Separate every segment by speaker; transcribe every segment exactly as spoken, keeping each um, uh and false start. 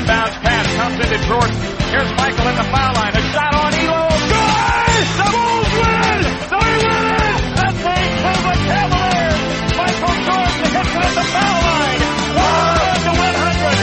Speaker 1: Inbounds pass comes into Jordan. Here's Michael in the foul line. A shot on Elo. Good! The Bulls win! They win! The thing to the Cavaliers! Michael Jordan hits it at the foul line. one hundred.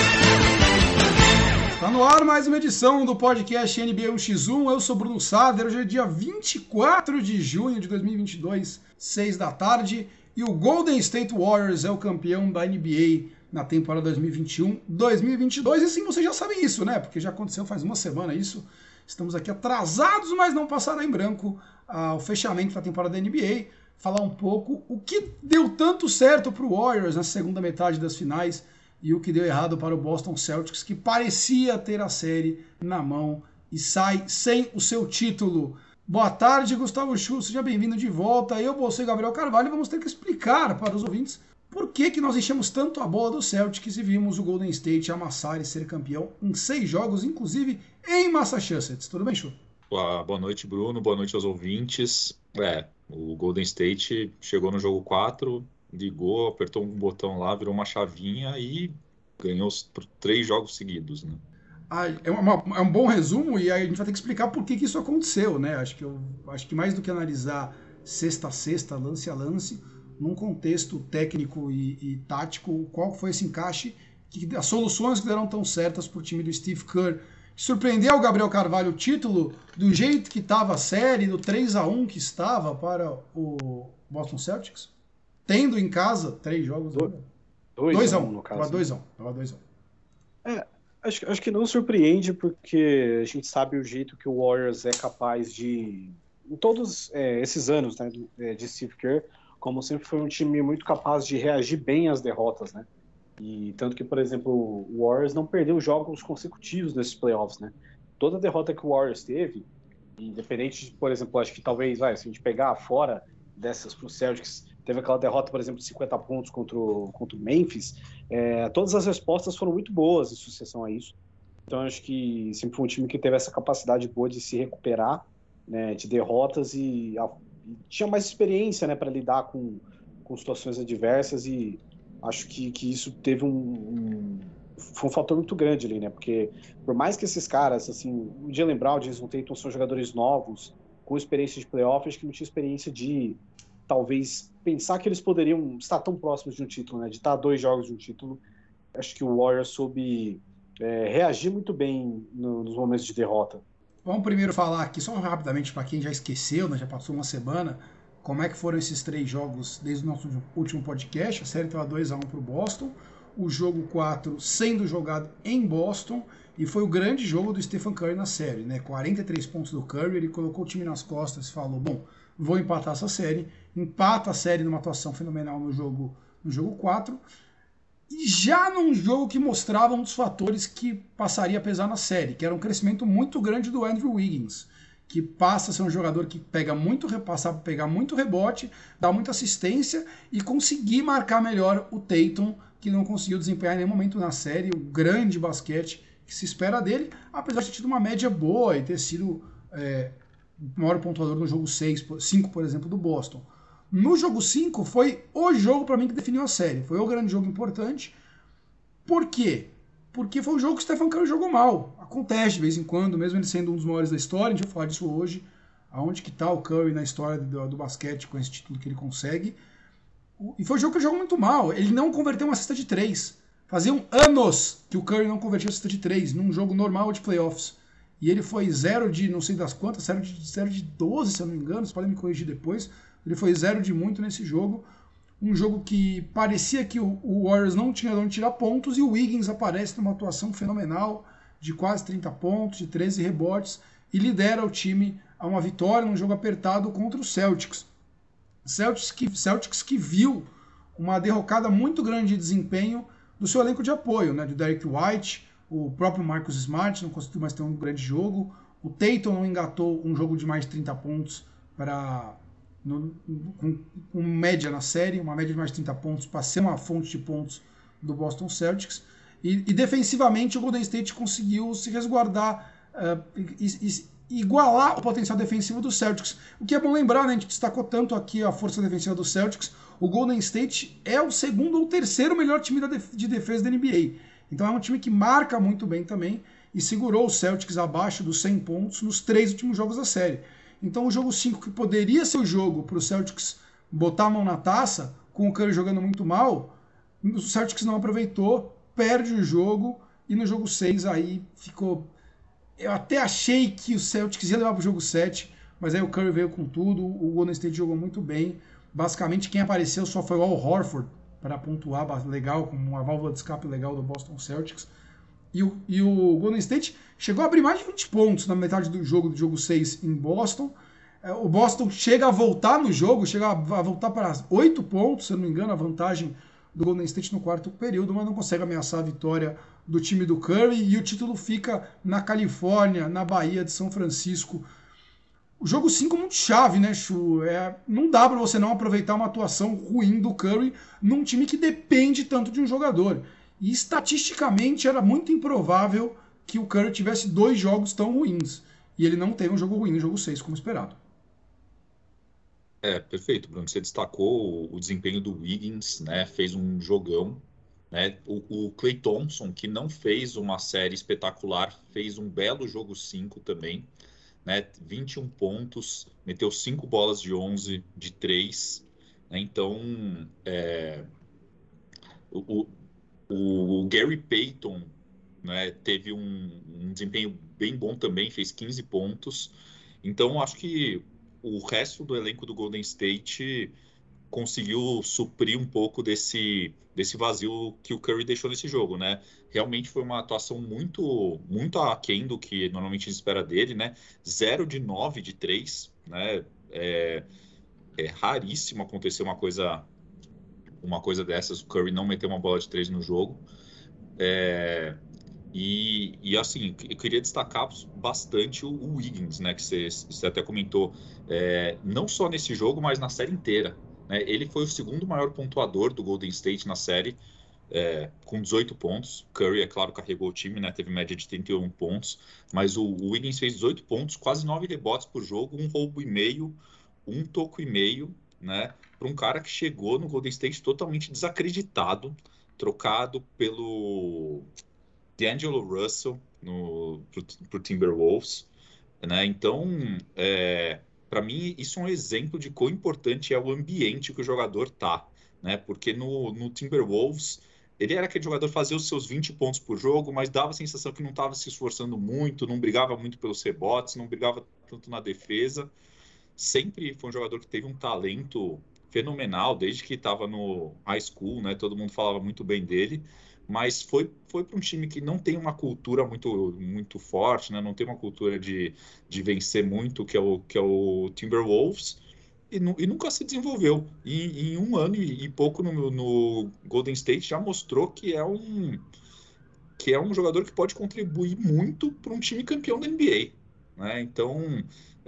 Speaker 2: Tá no ar mais uma edição do podcast N B A um por um. Eu sou Bruno Sader. Hoje é dia vinte e quatro de junho de dois mil e vinte e dois, seis da tarde. E o Golden State Warriors é o campeão da N B A na temporada dois mil e vinte e um, dois mil e vinte e dois. E sim, vocês já sabem isso, né? Porque já aconteceu faz uma semana isso. Estamos aqui atrasados, mas não passaram em branco ah, o fechamento da temporada da N B A. Falar um pouco o que deu tanto certo para o Warriors na segunda metade das finais e o que deu errado para o Boston Celtics, que parecia ter a série na mão e sai sem o seu título. Boa tarde, Gustavo Chu, seja bem-vindo de volta. Eu, você e Gabriel Carvalho, e vamos ter que explicar para os ouvintes por que, que nós enchemos tanto a bola do Celtics e vimos o Golden State amassar e ser campeão em seis jogos, inclusive em Massachusetts. Tudo bem, Chu?
Speaker 3: Boa noite, Bruno. Boa noite aos ouvintes. É, o Golden State chegou no jogo quatro, ligou, apertou um botão lá, virou uma chavinha e ganhou os três jogos seguidos, né?
Speaker 2: Ah, é, uma, é um bom resumo e aí a gente vai ter que explicar por que, que isso aconteceu, né? Acho que, eu, acho que mais do que analisar sexta a sexta, lance a lance, num contexto técnico e, e tático, qual foi esse encaixe, que, as soluções que deram tão certas para o time do Steve Kerr. Surpreendeu o Gabriel Carvalho o título do jeito que estava a série, do três a um que estava para o Boston Celtics? Tendo em casa três jogos. dois a um, no caso. dois a um. dois a um.
Speaker 4: É, acho, acho que não surpreende, porque a gente sabe o jeito que o Warriors é capaz de, em todos é, esses anos, né, de Steve Kerr, como sempre foi um time muito capaz de reagir bem às derrotas, né? E tanto que, por exemplo, o Warriors não perdeu jogos consecutivos nesses playoffs, né? Toda derrota que o Warriors teve, independente de, por exemplo, acho que talvez, vai, se a gente pegar fora dessas pro Celtics, teve aquela derrota, por exemplo, de cinquenta pontos contra o, contra o Memphis, é, todas as respostas foram muito boas em sucessão a isso. Então, acho que sempre foi um time que teve essa capacidade boa de se recuperar, né, de derrotas e, a, e tinha mais experiência, né, para lidar com, com situações adversas, e acho que, que isso teve um, um... foi um fator muito grande ali, né? Porque por mais que esses caras, assim, o Jaylen Brown, o Jason Tatum são jogadores novos, com experiência de playoff, acho que não tinha experiência de talvez pensar que eles poderiam estar tão próximos de um título, né? De estar a dois jogos de um título. Acho que o Warriors soube é, reagir muito bem no, nos momentos de derrota.
Speaker 2: Vamos primeiro falar aqui, só rapidamente, para quem já esqueceu, né? Já passou uma semana, como é que foram esses três jogos desde o nosso último podcast. A série estava dois a um para o Boston, o jogo quatro sendo jogado em Boston, e foi o grande jogo do Stephen Curry na série, né? quarenta e três pontos do Curry, ele colocou o time nas costas e falou, bom, vou empatar essa série, empata a série numa atuação fenomenal no jogo, no jogo quatro, e já num jogo que mostrava um dos fatores que passaria a pesar na série, que era um crescimento muito grande do Andrew Wiggins, que passa a ser um jogador que pega muito, passar para pegar muito rebote, dá muita assistência e conseguir marcar melhor o Tatum, que não conseguiu desempenhar em nenhum momento na série o grande basquete que se espera dele, apesar de ter tido uma média boa e ter sido é, o maior pontuador no jogo seis, cinco, por exemplo, do Boston. No jogo cinco foi o jogo para mim que definiu a série, foi o grande jogo importante. Por quê? Porque foi um jogo que o Stephen Curry jogou mal. Acontece de vez em quando, mesmo ele sendo um dos maiores da história, a gente vai falar disso hoje, aonde que está o Curry na história do, do basquete com esse título que ele consegue. E foi um jogo que ele jogou muito mal. Ele não converteu uma cesta de três. Faziam anos que o Curry não convertia cesta de três num jogo normal de playoffs. E ele foi zero de não sei das quantas, zero de, zero de doze, se eu não me engano, vocês podem me corrigir depois. Ele foi zero de muito nesse jogo. Um jogo que parecia que o, o Warriors não tinha de onde tirar pontos, e o Wiggins aparece numa atuação fenomenal de quase trinta pontos, de treze rebotes, e lidera o time a uma vitória num jogo apertado contra o Celtics. Celtics que, Celtics que viu uma derrocada muito grande de desempenho do seu elenco de apoio, né? Do Derek White, o próprio Marcus Smart não conseguiu mais ter um grande jogo, o Tatum não engatou um jogo de mais de trinta pontos para... No, com, com média na série, uma média de mais de trinta pontos para ser uma fonte de pontos do Boston Celtics, e, e defensivamente o Golden State conseguiu se resguardar uh, e, e igualar o potencial defensivo do Celtics. O que é bom lembrar, né, a gente destacou tanto aqui a força defensiva do Celtics, o Golden State é o segundo ou terceiro melhor time da def- de defesa da N B A. Então é um time que marca muito bem também e segurou o Celtics abaixo dos cem pontos nos três últimos jogos da série. Então o jogo cinco, que poderia ser o jogo para o Celtics botar a mão na taça, com o Curry jogando muito mal, o Celtics não aproveitou, perde o jogo, e no jogo seis aí ficou... Eu até achei que o Celtics ia levar para o jogo sete, mas aí o Curry veio com tudo, o Golden State jogou muito bem. Basicamente quem apareceu só foi o Al Horford para pontuar legal, com uma válvula de escape legal do Boston Celtics. E o, e o Golden State chegou a abrir mais de vinte pontos na metade do jogo, do jogo seis em Boston. O Boston chega a voltar no jogo, chega a voltar para oito pontos, se eu não me engano, a vantagem do Golden State no quarto período, mas não consegue ameaçar a vitória do time do Curry, e o título fica na Califórnia, na Bahia de São Francisco. O jogo cinco é muito chave, né, Chu? É, não dá para você não aproveitar uma atuação ruim do Curry num time que depende tanto de um jogador. E estatisticamente era muito improvável que o Curry tivesse dois jogos tão ruins. E ele não teve um jogo ruim no jogo seis, como esperado.
Speaker 3: É, perfeito, Bruno. Você destacou o desempenho do Wiggins, né? Fez um jogão, né? O, o Klay Thompson, que não fez uma série espetacular, fez um belo jogo cinco também, né? vinte e um pontos, meteu cinco bolas de onze de três, né? Então, é, o, o, o Gary Payton, né, teve um, um desempenho bem bom também, fez quinze pontos. Então, acho que o resto do elenco do Golden State conseguiu suprir um pouco desse, desse vazio que o Curry deixou nesse jogo, né? Realmente foi uma atuação muito, muito aquém do que normalmente se espera dele, né? zero de nove de três, né? É, é raríssimo acontecer uma coisa, uma coisa dessas, o Curry não meter uma bola de três no jogo. É, E, e assim, eu queria destacar bastante o, o Wiggins, né, que você, você até comentou, é, não só nesse jogo, mas na série inteira, né? Ele foi o segundo maior pontuador do Golden State na série, é, com dezoito pontos. Curry, é claro, carregou o time, né, teve média de trinta e um pontos, mas o, o Wiggins fez dezoito pontos, quase nove rebotes por jogo, um roubo e meio, um toco e meio, né, para um cara que chegou no Golden State totalmente desacreditado, trocado pelo D'Angelo Russell no, pro, pro Timberwolves, né? Então, é, para mim, isso é um exemplo de quão importante é o ambiente que o jogador tá, né? Porque no, no Timberwolves, ele era aquele jogador que fazia os seus vinte pontos por jogo, mas dava a sensação que não estava se esforçando muito, não brigava muito pelos rebotes, não brigava tanto na defesa. Sempre foi um jogador que teve um talento fenomenal, desde que estava no high school, né? Todo mundo falava muito bem dele. Mas foi, foi para um time que não tem uma cultura muito, muito forte, né? Não tem uma cultura de, de vencer muito, que é o, que é o Timberwolves, e, nu, e nunca se desenvolveu. E, em um ano e, e pouco no, no Golden State já mostrou que é um, que é um jogador que pode contribuir muito para um time campeão da N B A, né? Então,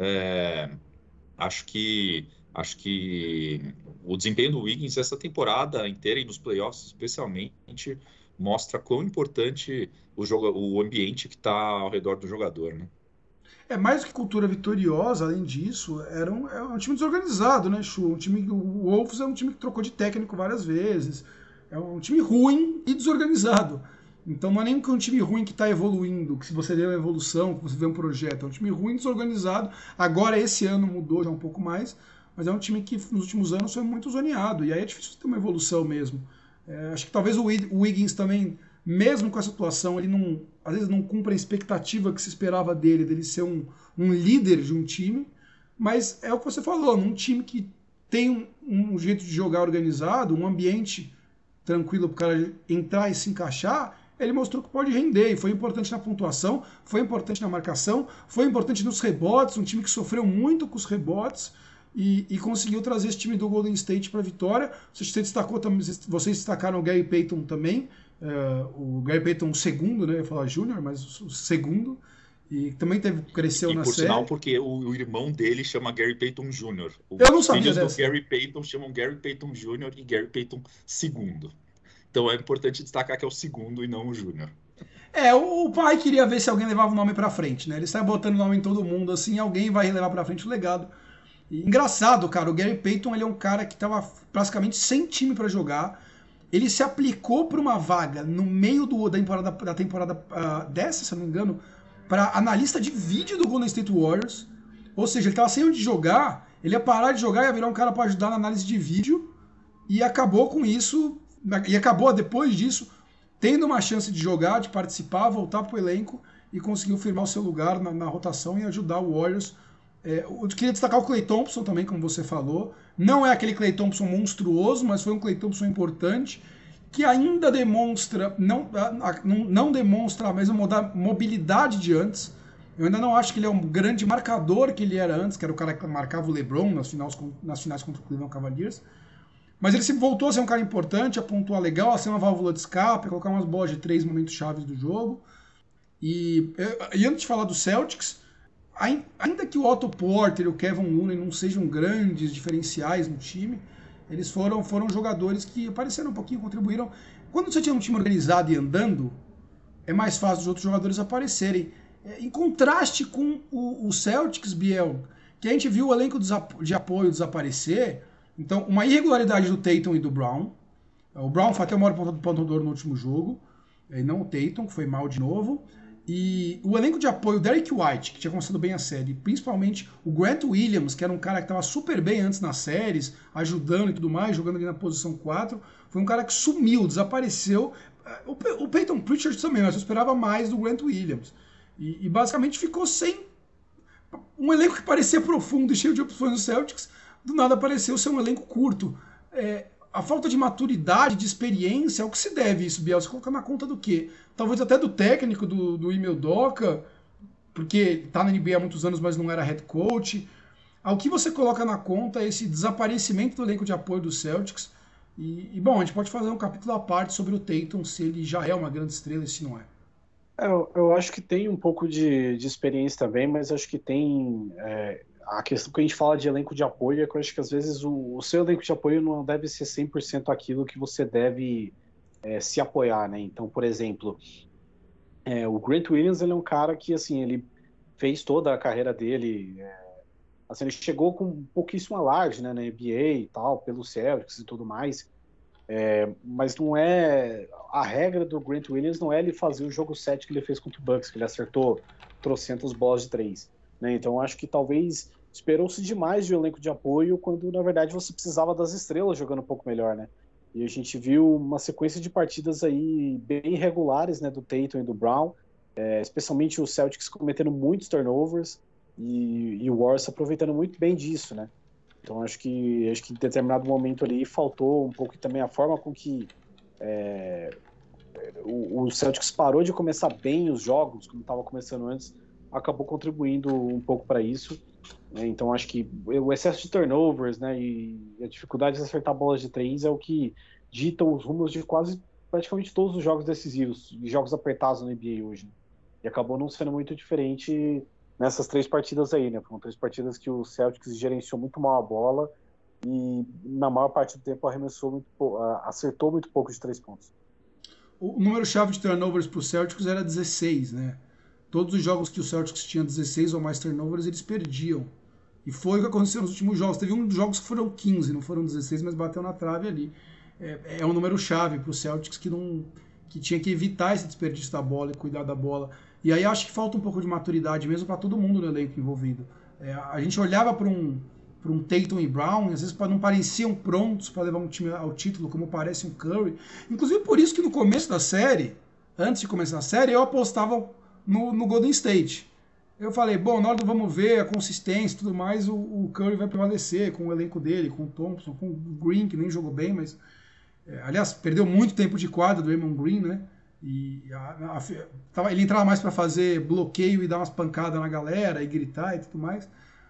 Speaker 3: é, acho que... Acho que o desempenho do Wiggins essa temporada inteira e nos playoffs especialmente mostra quão importante o, jogo, o ambiente que está ao redor do jogador, né?
Speaker 2: É mais do que cultura vitoriosa, além disso, era um, é um time desorganizado, né, Chu? Um time, o Wolves é um time que trocou de técnico várias vezes. É um time ruim e desorganizado. Então não é nem que é um time ruim que está evoluindo, que se você vê uma evolução, que você vê um projeto. É um time ruim e desorganizado. Agora, esse ano mudou já um pouco mais, mas é um time que nos últimos anos foi muito zoneado, e aí é difícil ter uma evolução mesmo. É, acho que talvez o Wiggins também, mesmo com essa atuação, ele não, às vezes não cumpre a expectativa que se esperava dele, dele ser um, um líder de um time, mas é o que você falou, num time que tem um, um jeito de jogar organizado, um ambiente tranquilo para o cara entrar e se encaixar, ele mostrou que pode render, e foi importante na pontuação, foi importante na marcação, foi importante nos rebotes, um time que sofreu muito com os rebotes, E, e conseguiu trazer esse time do Golden State para a vitória. Você destacou também, vocês destacaram o Gary Payton também, uh, o Gary Payton segundo, né? Eu ia falar Júnior, mas o segundo, e também teve, cresceu
Speaker 3: e,
Speaker 2: na
Speaker 3: por
Speaker 2: série.
Speaker 3: Sinal, porque o, o irmão dele chama Gary Payton Júnior
Speaker 2: Eu não sabia
Speaker 3: filhos
Speaker 2: dessa.
Speaker 3: do Gary Payton chamam Gary Payton Júnior e Gary Payton segundo. Então é importante destacar que é o segundo e não o Júnior.
Speaker 2: É, o pai queria ver se alguém levava o nome para frente, né? Ele sai botando o nome em todo mundo, assim, alguém vai levar para frente o legado. E, engraçado, cara, o Gary Payton, ele é um cara que estava praticamente sem time para jogar. ele se aplicou para uma vaga no meio do, da temporada, da temporada uh, dessa, se eu não me engano, para analista de vídeo do Golden State Warriors. Ou seja, ele estava sem onde jogar, ele ia parar de jogar e ia virar um cara para ajudar na análise de vídeo, e acabou com isso, e acabou depois disso, tendo uma chance de jogar, de participar, voltar para o elenco, e conseguiu firmar o seu lugar na, na rotação e ajudar o Warriors. É, eu queria destacar o Klay Thompson também, como você falou. Não é aquele Klay Thompson monstruoso, mas foi um Klay Thompson importante, que ainda demonstra, não, não, não demonstra a mesma mobilidade de antes. Eu ainda não acho que ele é um grande marcador que ele era antes, que era o cara que marcava o LeBron nas finais, nas finais contra o Cleveland Cavaliers. Mas ele se voltou a ser um cara importante, a pontuar legal, a ser uma válvula de escape, a colocar umas bolas de três momentos chaves do jogo. E, e antes de falar do Celtics, ainda que o Otto Porter e o Kevin Looney não sejam grandes diferenciais no time, eles foram, foram jogadores que apareceram um pouquinho, contribuíram. Quando você tinha um time organizado e andando, é mais fácil os outros jogadores aparecerem. Em contraste com o, o Celtics, Biel, que a gente viu o elenco de apoio desaparecer. Então, uma irregularidade do Tatum e do Brown. O Brown foi até o maior pontuador no último jogo, e não o Tatum, que foi mal de novo. E o elenco de apoio, Derek White, que tinha começado bem a série, principalmente o Grant Williams, que era um cara que estava super bem antes nas séries, ajudando e tudo mais, jogando ali na posição quatro, foi um cara que sumiu, desapareceu. O, o Peyton Pritchard também, mas eu esperava mais do Grant Williams. E, e basicamente ficou sem um elenco que parecia profundo e cheio de opções do Celtics, do nada pareceu ser um elenco curto. É, a falta de maturidade, de experiência, é o que se deve isso, Biel? Você coloca na conta do quê? Talvez até do técnico, do, do Ime Udoka, porque está na N B A há muitos anos, mas não era head coach. Ao que você coloca na conta é esse desaparecimento do elenco de apoio do Celtics. E, e, bom, a gente pode fazer um capítulo à parte sobre o Tatum, se ele já é uma grande estrela e se não é.
Speaker 4: Eu, eu acho que tem um pouco de, de experiência também, mas acho que tem... É, a questão que a gente fala de elenco de apoio é que eu acho que às vezes o, o seu elenco de apoio não deve ser cem por cento aquilo que você deve é, se apoiar, né? Então, por exemplo, é, o Grant Williams, ele é um cara que, assim, ele fez toda a carreira dele... É, assim, ele chegou com pouquíssimo alarde, né, na N B A e tal, pelo Celtics e tudo mais. É, mas não é... A regra do Grant Williams não é ele fazer o jogo sete que ele fez contra o Bucks, que ele acertou trocentas bolas de três. Né? Então, acho que talvez esperou-se demais de um elenco de apoio, quando, na verdade, você precisava das estrelas jogando um pouco melhor, né? E a gente viu uma sequência de partidas aí bem irregulares, né, do Tatum e do Brown, é, especialmente o Celtics cometendo muitos turnovers e, e o Warriors aproveitando muito bem disso, né? Então, acho que, acho que em determinado momento ali faltou um pouco também a forma com que é, o, o Celtics parou de começar bem os jogos, como estava começando antes, acabou contribuindo um pouco para isso. Né? Então, acho que o excesso de turnovers, né, e a dificuldade de acertar bolas de três é o que dita os rumos de quase praticamente todos os jogos decisivos, jogos apertados na N B A hoje. E acabou não sendo muito diferente nessas três partidas aí, né? Foram três partidas que o Celtics gerenciou muito mal a bola e na maior parte do tempo arremessou muito, acertou muito pouco de três pontos.
Speaker 2: O número-chave de turnovers para o Celtics era dezesseis, né? Todos os jogos que o Celtics tinha dezesseis ou mais turnovers, eles perdiam. E foi o que aconteceu nos últimos jogos. Teve um dos jogos que foram quinze, não foram dezesseis, mas bateu na trave ali. É, é um número-chave para o Celtics que, não, que tinha que evitar esse desperdício da bola e cuidar da bola. E aí acho que falta um pouco de maturidade mesmo para todo mundo no elenco envolvido. É, a gente olhava para um, para um Tatum e Brown, e às vezes não pareciam prontos para levar um time ao título, como parece um Curry. Inclusive por isso que no começo da série, antes de começar a série, eu apostava no, no Golden State. Eu falei, bom, na hora do vamos ver a consistência e tudo mais, o, o Curry vai prevalecer com o elenco dele, com o Thompson, com o Green, que nem jogou bem, mas... É, aliás, perdeu muito tempo de quadra do Draymond Green, né? E a, a, ele entrava mais para fazer bloqueio e dar umas pancadas na galera e gritar e tudo mais.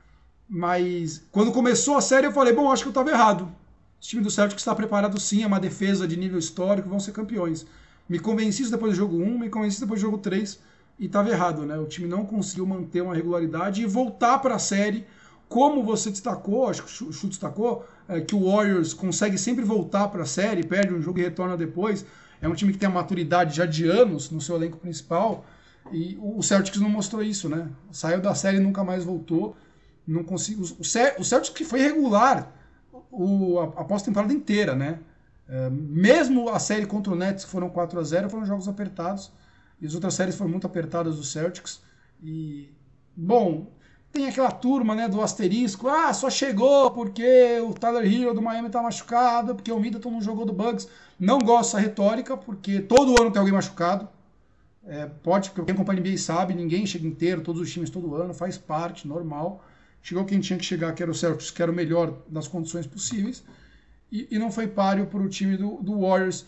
Speaker 2: Mas quando começou a série eu falei, bom, acho que eu estava errado. O time do Celtics está preparado sim, é uma defesa de nível histórico, vão ser campeões. Me convenci isso depois do jogo um, me convenci depois do jogo três e estava errado, né? O time não conseguiu manter uma regularidade e voltar para a série, como você destacou, acho que o Chu destacou, é, que o Warriors consegue sempre voltar para a série, perde um jogo e retorna depois. É um time que tem a maturidade já de anos no seu elenco principal e o Celtics não mostrou isso, né? Saiu da série e nunca mais voltou. Não conseguiu. O Celtics que foi regular o, a, a pós-temporada inteira, né? Uh, mesmo a série contra o Nets, que foram quatro a zero, foram jogos apertados. E as outras séries foram muito apertadas do Celtics. E, bom, tem aquela turma, né, do asterisco. Ah, só chegou porque o Tyler Hero do Miami tá machucado, porque o Middleton não jogou do Bucks. Não gosto dessa retórica, porque todo ano tem alguém machucado. É, pode, porque quem acompanha a N B A sabe, ninguém chega inteiro, todos os times todo ano, faz parte, normal. Chegou quem tinha que chegar, que era o Celtics, que era o melhor das condições possíveis. E, e não foi páreo para o time do, do Warriors.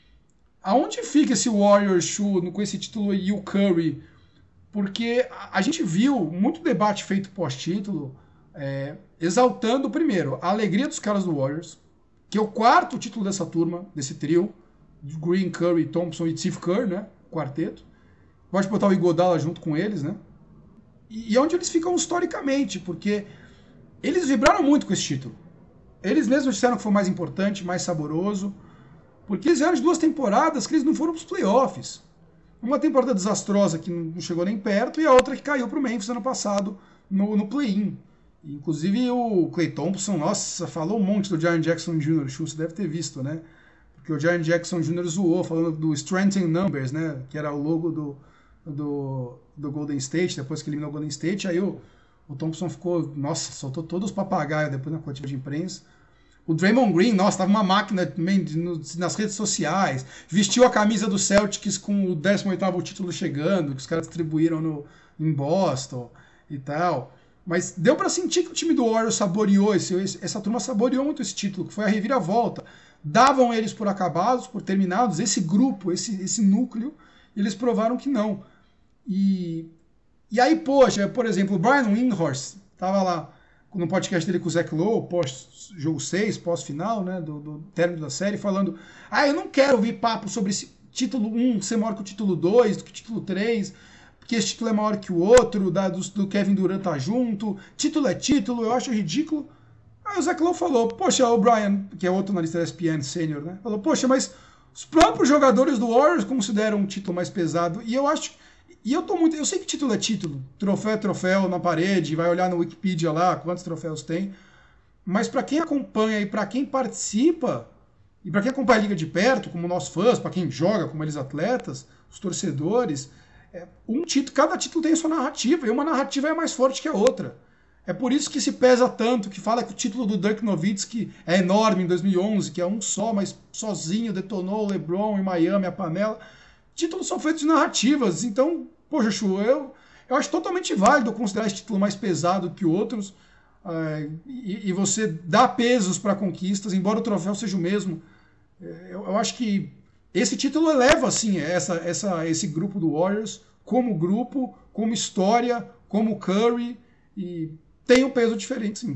Speaker 2: Aonde fica esse Warriors, Chu, com esse título e o Curry? Porque a, a gente viu muito debate feito pós-título, é, exaltando, primeiro, a alegria dos caras do Warriors, que é o quarto título dessa turma, desse trio, de Green, Curry, Thompson e Steve Kerr, né? Quarteto. Pode botar o Iguodala junto com eles, né? E, e onde eles ficam historicamente, porque eles vibraram muito com esse título. Eles mesmos disseram que foi mais importante, mais saboroso, porque eles vieram de duas temporadas que eles não foram para os playoffs. Uma temporada desastrosa que não chegou nem perto e a outra que caiu para o Memphis ano passado no, no play-in. Inclusive o Klay Thompson, nossa, falou um monte do Jaren Jackson Júnior Você deve ter visto, né? Porque o Jaren Jackson Júnior zoou, falando do Strength in Numbers, né? Que era o logo do, do, do Golden State, depois que eliminou o Golden State. Aí o, o Thompson ficou, nossa, soltou todos os papagaios depois na coletiva de imprensa. O Draymond Green, nossa, tava uma máquina também nas redes sociais. Vestiu a camisa do Celtics com o décimo oitavo título chegando, que os caras distribuíram no, em Boston e tal. Mas deu para sentir que o time do Warriors saboreou, esse, essa turma saboreou muito esse título, que foi a reviravolta. Davam eles por acabados, por terminados, esse grupo, esse, esse núcleo, e eles provaram que não. E, e aí, poxa, por exemplo, o Brian Windhorst estava lá no podcast dele com o Zach Lowe, pós-jogo seis, pós-final, né, do, do término da série, falando: ah, eu não quero ouvir papo sobre esse título um ser maior que o título dois, do que o título três, porque esse título é maior que o outro, da, do, do Kevin Durant tá junto, título é título, eu acho ridículo. Aí o Zach Lowe falou: poxa, o Brian, que é outro analista da E S P N sênior, né, falou: poxa, mas os próprios jogadores do Warriors consideram um título mais pesado, e eu acho... E eu tô muito. Eu sei que título é título. Troféu é troféu na parede, vai olhar no Wikipedia lá quantos troféus tem. Mas para quem acompanha e para quem participa, e para quem acompanha a liga de perto, como nós fãs, para quem joga, como eles atletas, os torcedores, é, um título, cada título tem a sua narrativa, e uma narrativa é mais forte que a outra. É por isso que se pesa tanto, que fala que o título do Dirk Nowitzki é enorme em dois mil e onze, que é um só, mas sozinho detonou o LeBron em Miami, a panela. Títulos são feitos de narrativas, então, poxa, Chu, eu, eu acho totalmente válido considerar esse título mais pesado que outros, uh, e, e você dá pesos para conquistas, embora o troféu seja o mesmo. Eu, eu acho que esse título eleva, assim, essa, essa, esse grupo do Warriors como grupo, como história, como Curry, e tem um peso diferente, sim.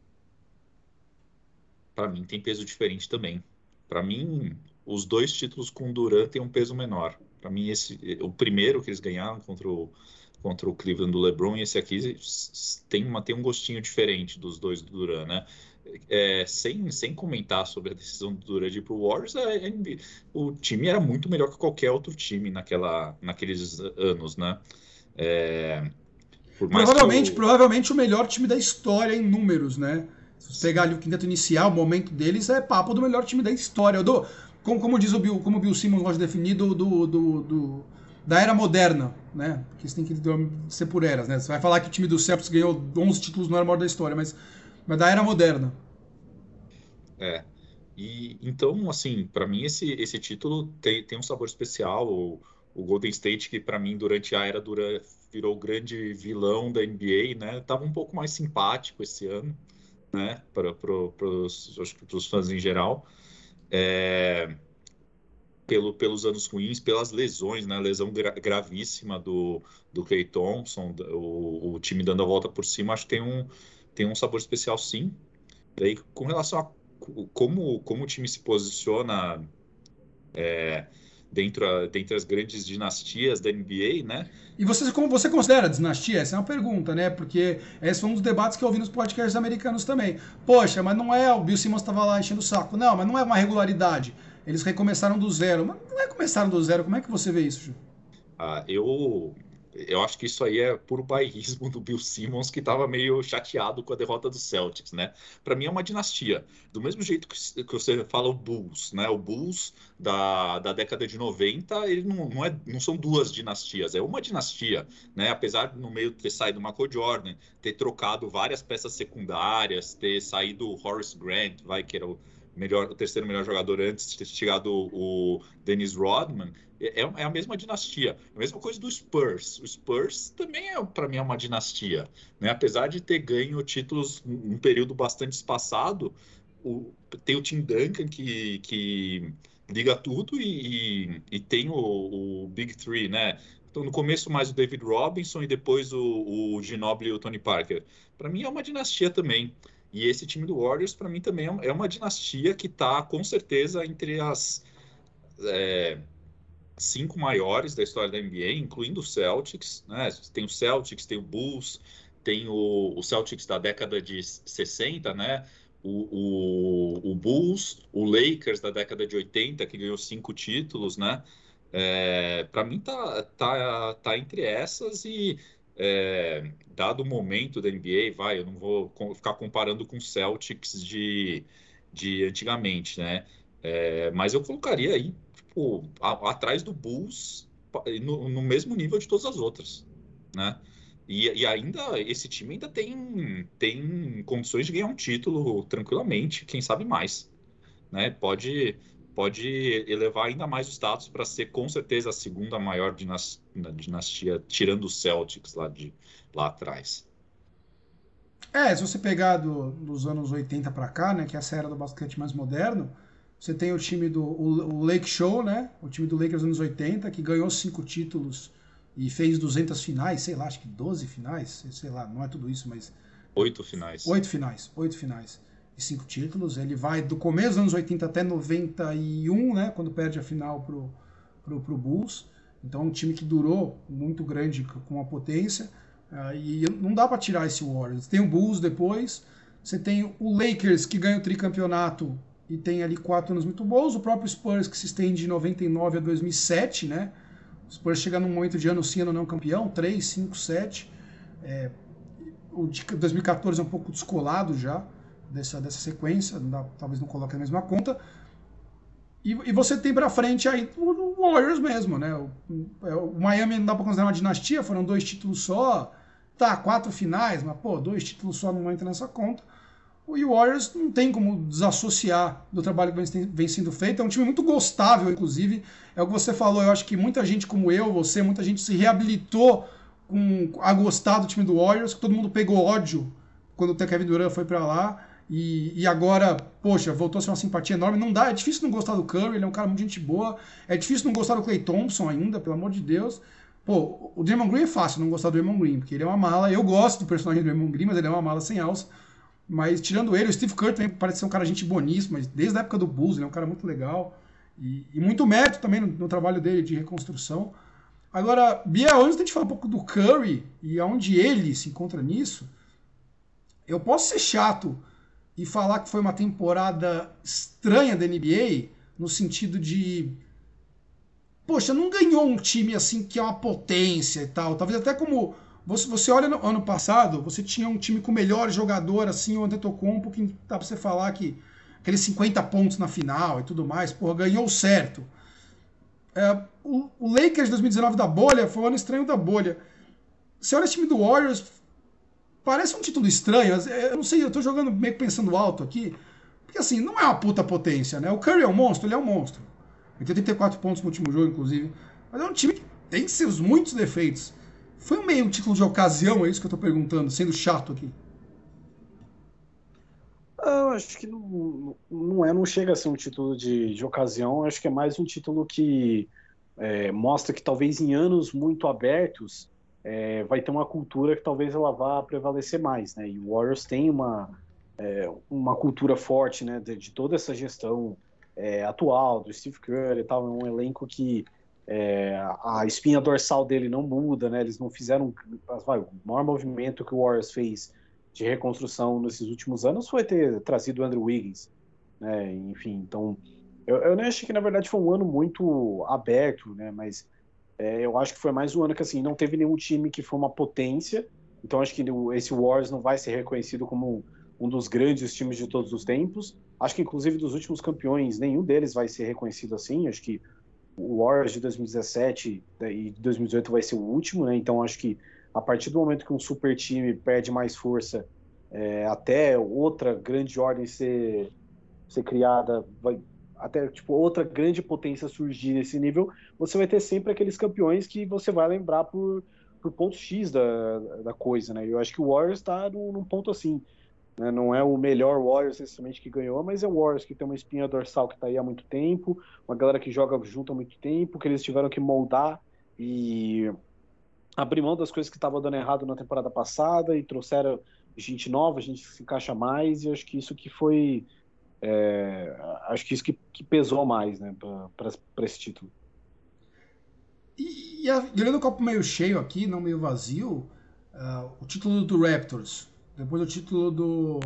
Speaker 3: Para mim tem peso diferente também. Para mim, os dois títulos com o Durant têm um peso menor. Para mim, esse, o primeiro que eles ganharam contra o, contra o Cleveland do LeBron, e esse aqui tem, uma, tem um gostinho diferente dos dois do Durant, né? É, sem, sem comentar sobre a decisão do Durant de ir para o Warriors, é, é, o time era muito melhor que qualquer outro time naquela, naqueles anos, né? É, por mais
Speaker 2: provavelmente,
Speaker 3: o...
Speaker 2: provavelmente o melhor time da história em números, né? Se você pegar ali o quinteto inicial, o momento deles é papo do melhor time da história. Do, como, como diz o Bill, como o Bill Simmons gosta de definir, do, do, do, do, da era moderna, né? Porque você tem que ser por eras, né? Você vai falar que o time do Celtics ganhou onze títulos, não era o maior da história, mas, mas da era moderna.
Speaker 3: É. E, então, assim, para mim esse, esse título tem, tem um sabor especial. O, o Golden State, que para mim durante a era Durant virou o grande vilão da N B A, né? Tava um pouco mais simpático esse ano, né, para pro, os fãs em geral, é, pelo, pelos anos ruins, pelas lesões, né, a lesão gra, gravíssima do, do Klay Thompson, o, o time dando a volta por cima, acho que tem um, tem um sabor especial, sim. Daí, com relação a como, como o time se posiciona é, dentro, dentre as grandes dinastias da N B A, né?
Speaker 2: E você, como você considera dinastia? Essa é uma pergunta, né? Porque esse foi um dos debates que eu ouvi nos podcasts americanos também. Poxa, mas não é... O Bill Simmons estava lá enchendo o saco. Não, mas não é uma regularidade. Eles recomeçaram do zero. Mas não é começaram do zero. Como é que você vê isso, Ju?
Speaker 3: Ah, eu, eu acho que isso aí é puro bairrismo do Bill Simmons, que estava meio chateado com a derrota do Celtics, né? Para mim é uma dinastia. Do mesmo jeito que, que você fala o Bulls, né? O Bulls da, da década de noventa, ele não, não, é, não são duas dinastias, é uma dinastia, né? Apesar de no meio ter saído o Michael Jordan, ter trocado várias peças secundárias, ter saído o Horace Grant, vai, que era o melhor, o terceiro melhor jogador antes de ter chegado o Dennis Rodman, é, é a mesma dinastia. A mesma coisa do Spurs. O Spurs também, é, para mim, é uma dinastia, né? Apesar de ter ganho títulos num período bastante espaçado, o, tem o Tim Duncan que, que liga tudo e, e, e tem o, o Big Three, né? Então, no começo, mais o David Robinson e depois o, o Ginobili e o Tony Parker. Para mim, é uma dinastia também. E esse time do Warriors, para mim, também é uma dinastia que está, com certeza, entre as é, cinco maiores da história da N B A, incluindo o Celtics, né? Tem o Celtics, tem o Bulls, tem o, o Celtics da década de sessenta, né? O, o, o Bulls, o Lakers da década de oitenta, que ganhou cinco títulos, né? É, para mim, tá, tá, tá entre essas e... É, dado o momento da N B A, vai, eu não vou ficar comparando com o Celtics de, de antigamente, né? É, mas eu colocaria aí, tipo, a, atrás do Bulls, no, no mesmo nível de todas as outras, né? E, e ainda, esse time ainda tem, tem condições de ganhar um título tranquilamente, quem sabe mais, né? Pode... pode elevar ainda mais o status para ser, com certeza, a segunda maior dinastia, dinastia tirando os Celtics lá, de, lá atrás.
Speaker 2: É, se você pegar do, dos anos oitenta para cá, né, que é essa era do basquete mais moderno, você tem o time do o, o Lake Show, né, o time do Lakers dos anos oitenta, que ganhou cinco títulos e fez duzentas finais, sei lá, acho que doze finais, sei lá, não é tudo isso, mas...
Speaker 3: Oito finais.
Speaker 2: Oito finais, oito finais. E cinco títulos. Ele vai do começo dos anos oitenta até noventa e um, né, quando perde a final pro, pro, pro Bulls. Então é um time que durou muito grande, com uma potência. Uh, e não dá para tirar esse Warriors. Tem o Bulls depois. Você tem o Lakers, que ganha o tricampeonato e tem ali quatro anos muito bons. O próprio Spurs, que se estende de noventa e nove a dois mil e sete, né? O Spurs chega num momento de ano sim, ano não campeão. três, cinco, sete. É, o de dois mil e quatorze é um pouco descolado já dessa, dessa sequência, não dá, talvez não coloque a mesma conta. E, e você tem pra frente aí o, o Warriors mesmo, né? O, o Miami não dá pra considerar uma dinastia, foram dois títulos só. Tá, quatro finais, mas pô, dois títulos só não entra nessa conta. O Warriors não tem como desassociar do trabalho que vem, vem sendo feito. É um time muito gostável, inclusive. É o que você falou, eu acho que muita gente como eu, você, muita gente se reabilitou com, a gostar do time do Warriors, que todo mundo pegou ódio quando o Kevin Durant foi pra lá. E, e agora, poxa, voltou a ser uma simpatia enorme. Não dá, é difícil não gostar do Curry, ele é um cara muito gente boa. É difícil não gostar do Klay Thompson ainda, pelo amor de Deus. Pô, o Draymond Green é fácil não gostar do Draymond Green, porque ele é uma mala. Eu gosto do personagem do Draymond Green, mas ele é uma mala sem alça. Mas tirando ele, o Steve Kerr também parece ser um cara gente boníssimo, mas desde a época do Bulls ele é um cara muito legal. E, e muito mérito também no, no trabalho dele de reconstrução. Agora, Bia, antes de a gente falar um pouco do Curry e aonde ele se encontra nisso, eu posso ser chato e falar que foi uma temporada estranha da N B A, no sentido de... Poxa, não ganhou um time assim que é uma potência e tal. Talvez até como... Você, você olha no ano passado, você tinha um time com o melhor jogador, assim, o Antetokounmpo, que dá pra você falar que aqueles cinquenta pontos na final e tudo mais, porra, ganhou certo. É, o, o Lakers de dois mil e dezenove da bolha foi um ano estranho da bolha. Você olha esse time do Warriors, parece um título estranho. Eu não sei, eu tô jogando meio que pensando alto aqui, porque assim, não é uma puta potência, né? O Curry é um monstro, ele é um monstro. Ele tem trinta e quatro pontos no último jogo, inclusive. Mas é um time que tem seus muitos defeitos. Foi um meio título de ocasião, é isso que eu tô perguntando, sendo chato aqui.
Speaker 4: Eu acho que não, não, é, não chega a ser um título de, de ocasião, acho que é mais um título que é, mostra que talvez em anos muito abertos é, vai ter uma cultura que talvez ela vá prevalecer mais, né? E o Warriors tem uma, é, uma cultura forte, né, de, de toda essa gestão é, atual, do Steve Kerr e tal, é um elenco que É, a espinha dorsal dele não muda, né? Eles não fizeram... Vai, o maior movimento que o Warriors fez de reconstrução nesses últimos anos foi ter trazido o Andrew Wiggins, né? Enfim, então... Eu, eu nem achei que, na verdade, foi um ano muito aberto, né? Mas É, eu acho que foi mais um ano que assim, não teve nenhum time que foi uma potência, então acho que esse Warriors não vai ser reconhecido como um dos grandes times de todos os tempos. Acho que inclusive dos últimos campeões, nenhum deles vai ser reconhecido assim. Acho que o Warriors de dois mil e dezessete e de dois mil e dezoito vai ser o último, né? Então acho que a partir do momento que um super time perde mais força, é, até outra grande ordem ser, ser criada, vai, até tipo, outra grande potência surgir nesse nível, você vai ter sempre aqueles campeões que você vai lembrar por, por ponto X da, da coisa, né? Eu acho que o Warriors está num, num ponto assim, né? Não é o melhor Warriors necessariamente que ganhou, mas é o Warriors que tem uma espinha dorsal que está aí há muito tempo, uma galera que joga junto há muito tempo, que eles tiveram que moldar e abrir mão das coisas que estavam dando errado na temporada passada e trouxeram gente nova, gente que se encaixa mais, e acho que isso que foi É, acho que isso que, que pesou mais, né, para esse título.
Speaker 2: E, e a, olhando o copo meio cheio aqui, não meio vazio, uh, o título do Raptors, depois o título do,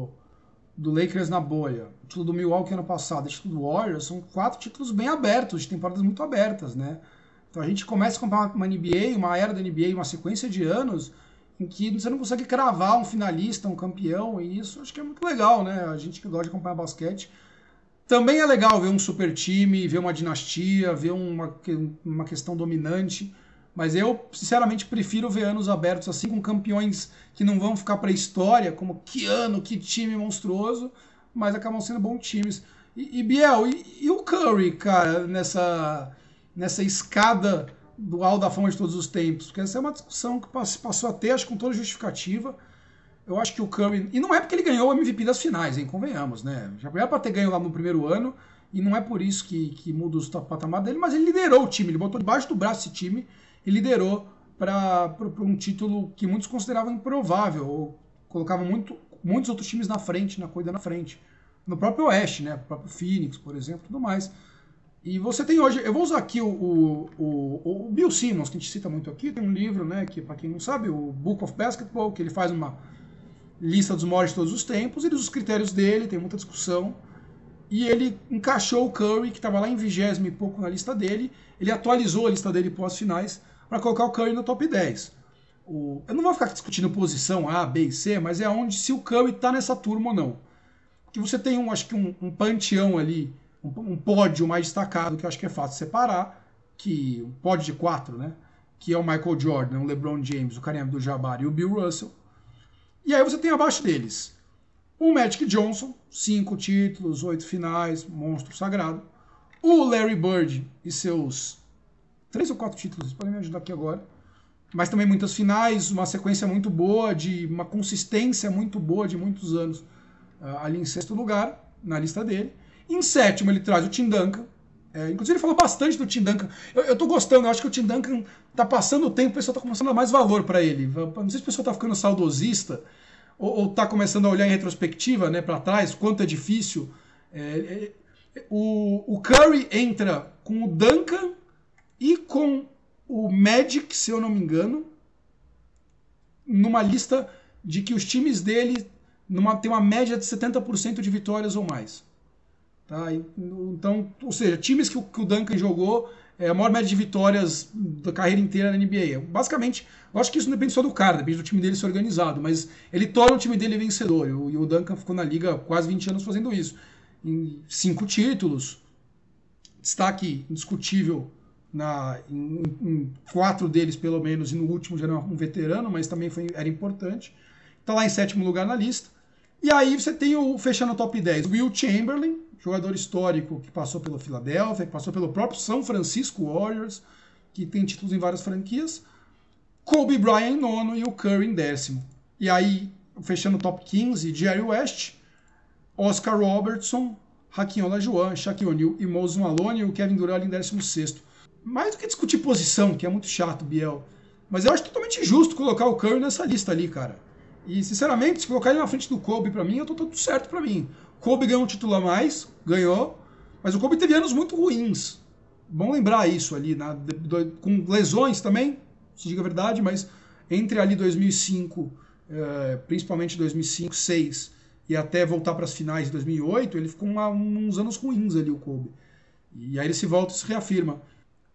Speaker 2: do Lakers na bolha, o título do Milwaukee ano passado, o título do Warriors, são quatro títulos bem abertos, de temporadas muito abertas, né? Então a gente começa a comprar uma N B A, uma era da N B A, uma sequência de anos em que você não consegue cravar um finalista, um campeão, e isso acho que é muito legal, né? A gente que gosta de acompanhar basquete. Também é legal ver um super time, ver uma dinastia, ver uma, uma questão dominante, mas eu, sinceramente, prefiro ver anos abertos assim, com campeões que não vão ficar para a história, como que ano, que time monstruoso, mas acabam sendo bons times. E, e Biel, e, e o Curry, cara, nessa, nessa escada do Hall da Fama de todos os tempos? Porque essa é uma discussão que passou a ter, acho que com toda justificativa. Eu acho que o Curry... E não é porque ele ganhou o M V P das finais, hein? Convenhamos, né? Já era para ter ganho lá no primeiro ano, e não é por isso que, que muda o patamar dele, mas ele liderou o time, ele botou debaixo do braço esse time e liderou para um título que muitos consideravam improvável, ou colocavam muito, muitos outros times na frente, na corrida na frente. No próprio Oeste, né? O próprio Phoenix, por exemplo, tudo mais. E você tem hoje, eu vou usar aqui o, o, o, o Bill Simmons, que a gente cita muito aqui, tem um livro, né, que para quem não sabe, o Book of Basketball, que ele faz uma lista dos maiores de todos os tempos, ele usa os critérios dele, tem muita discussão, e ele encaixou o Curry, que estava lá em vigésimo e pouco na lista dele, ele atualizou a lista dele pós-finais para colocar o Curry no top dez. O, eu não vou ficar discutindo posição A, B e C, mas é onde se o Curry está nessa turma ou não. Porque você tem, um, acho que um, um panteão ali, um pódio mais destacado, que eu acho que é fácil separar, que um pódio de quatro, né? Que é o Michael Jordan, o LeBron James, o Kareem Abdul-Jabbar e o Bill Russell. E aí você tem abaixo deles o Magic Johnson, cinco títulos, oito finais, monstro sagrado. O Larry Bird e seus três ou quatro títulos, vocês podem me ajudar aqui agora. Mas também muitas finais, uma sequência muito boa, de uma consistência muito boa de muitos anos, ali em sexto lugar, na lista dele. Em sétimo, ele traz o Tim Duncan. É, inclusive, ele falou bastante do Tim Duncan. Eu, eu tô gostando, eu acho que o Tim Duncan tá passando o tempo, o pessoal tá começando a dar mais valor para ele. Não sei se o pessoal tá ficando saudosista ou, ou tá começando a olhar em retrospectiva, né, para trás, quanto é difícil. É, é, o, o Curry entra com o Duncan e com o Magic, se eu não me engano, numa lista de que os times dele numa, tem uma média de setenta por cento de vitórias ou mais. Tá? Então, ou seja, times que o, que o Duncan jogou, é a maior média de vitórias da carreira inteira na N B A. Basicamente, eu acho que isso não depende só do cara, depende do time dele ser organizado, mas ele torna o time dele vencedor. E o, e o Duncan ficou na liga há quase vinte anos fazendo isso. Em cinco títulos, destaque indiscutível na, em, em quatro deles, pelo menos, e no último já era um veterano, mas também foi, era importante. Está lá em sétimo lugar na lista. E aí você tem o, fechando o top dez, o Will Chamberlain, jogador histórico que passou pelo Philadelphia, que passou pelo próprio São Francisco Warriors, que tem títulos em várias franquias. Kobe Bryant em nono e o Curry em décimo. E aí, fechando o top quinze, Jerry West, Oscar Robertson, Hakeem Olajuwon, Shaquille O'Neal e Moses Malone, e o Kevin Durant em décimo sexto. Mais do que discutir posição, que é muito chato, Biel, mas eu acho totalmente justo colocar o Curry nessa lista ali, cara. E, sinceramente, se colocar ele na frente do Kobe, pra mim, eu tô tudo certo pra mim. Kobe ganhou um título a mais, ganhou, mas o Kobe teve anos muito ruins. Bom lembrar isso ali, na, de, de, com lesões também, se diga a verdade, mas entre ali dois mil e cinco, eh, principalmente dois mil e cinco, dois mil e seis, e até voltar para as finais de dois mil e oito, ele ficou uma, uns anos ruins ali, o Kobe. E aí ele se volta e se reafirma.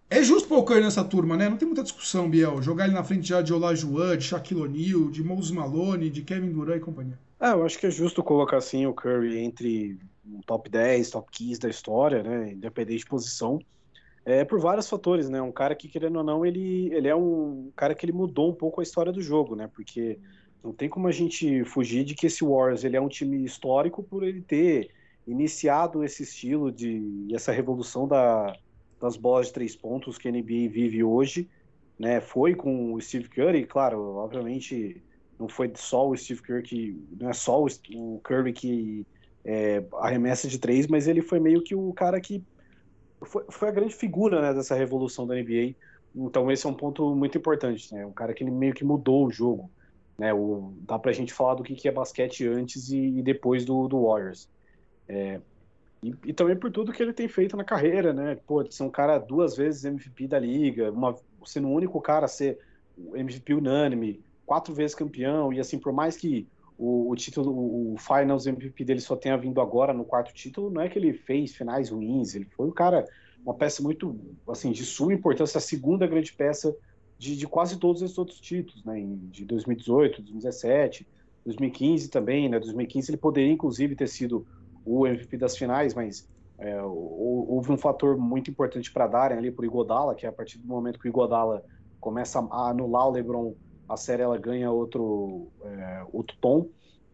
Speaker 2: É justo pôr o Curry nessa turma, né? Não tem muita discussão, Biel. Jogar ele na frente já de Olajuwon, de Shaquille O'Neal, de Moses Malone, de Kevin Durant e companhia.
Speaker 4: Ah, eu acho que é justo colocar assim o Curry entre o top dez, top quinze da história, né? Independente de posição. É por vários fatores, né? Um cara que, querendo ou não, ele, ele é um cara que ele mudou um pouco a história do jogo, né? Porque não tem como a gente fugir de que esse Warriors ele é um time histórico por ele ter iniciado esse estilo de essa revolução da, das bolas de três pontos que a N B A vive hoje, né? Foi com o Steve Curry, claro, obviamente não foi só o Steve Curry que não é só o, o Curry que é, arremessa de três, mas ele foi meio que o cara que foi, foi a grande figura, né, dessa revolução da N B A. Então esse é um ponto muito importante, né? Um cara que ele meio que mudou o jogo, né? O, dá pra gente falar do que, que é basquete antes e, e depois do, do Warriors. É, e, e também por tudo que ele tem feito na carreira, né? Pô, de ser um cara duas vezes M V P da liga, uma, sendo o único cara a ser M V P unânime, quatro vezes campeão, e assim, por mais que o, o título, o Finals M V P dele só tenha vindo agora no quarto título, não é que ele fez finais ruins, ele foi um cara, uma peça muito, assim, de suma importância, a segunda grande peça de, de quase todos esses outros títulos, né? De dois mil e dezoito, dois mil e dezessete, dois mil e quinze também, né? dois mil e quinze ele poderia, inclusive, ter sido o M V P das finais, mas é, houve um fator muito importante para darem ali por Iguodala, que é a partir do momento que o Iguodala começa a anular o LeBron, a série ela ganha outro, é, outro tom.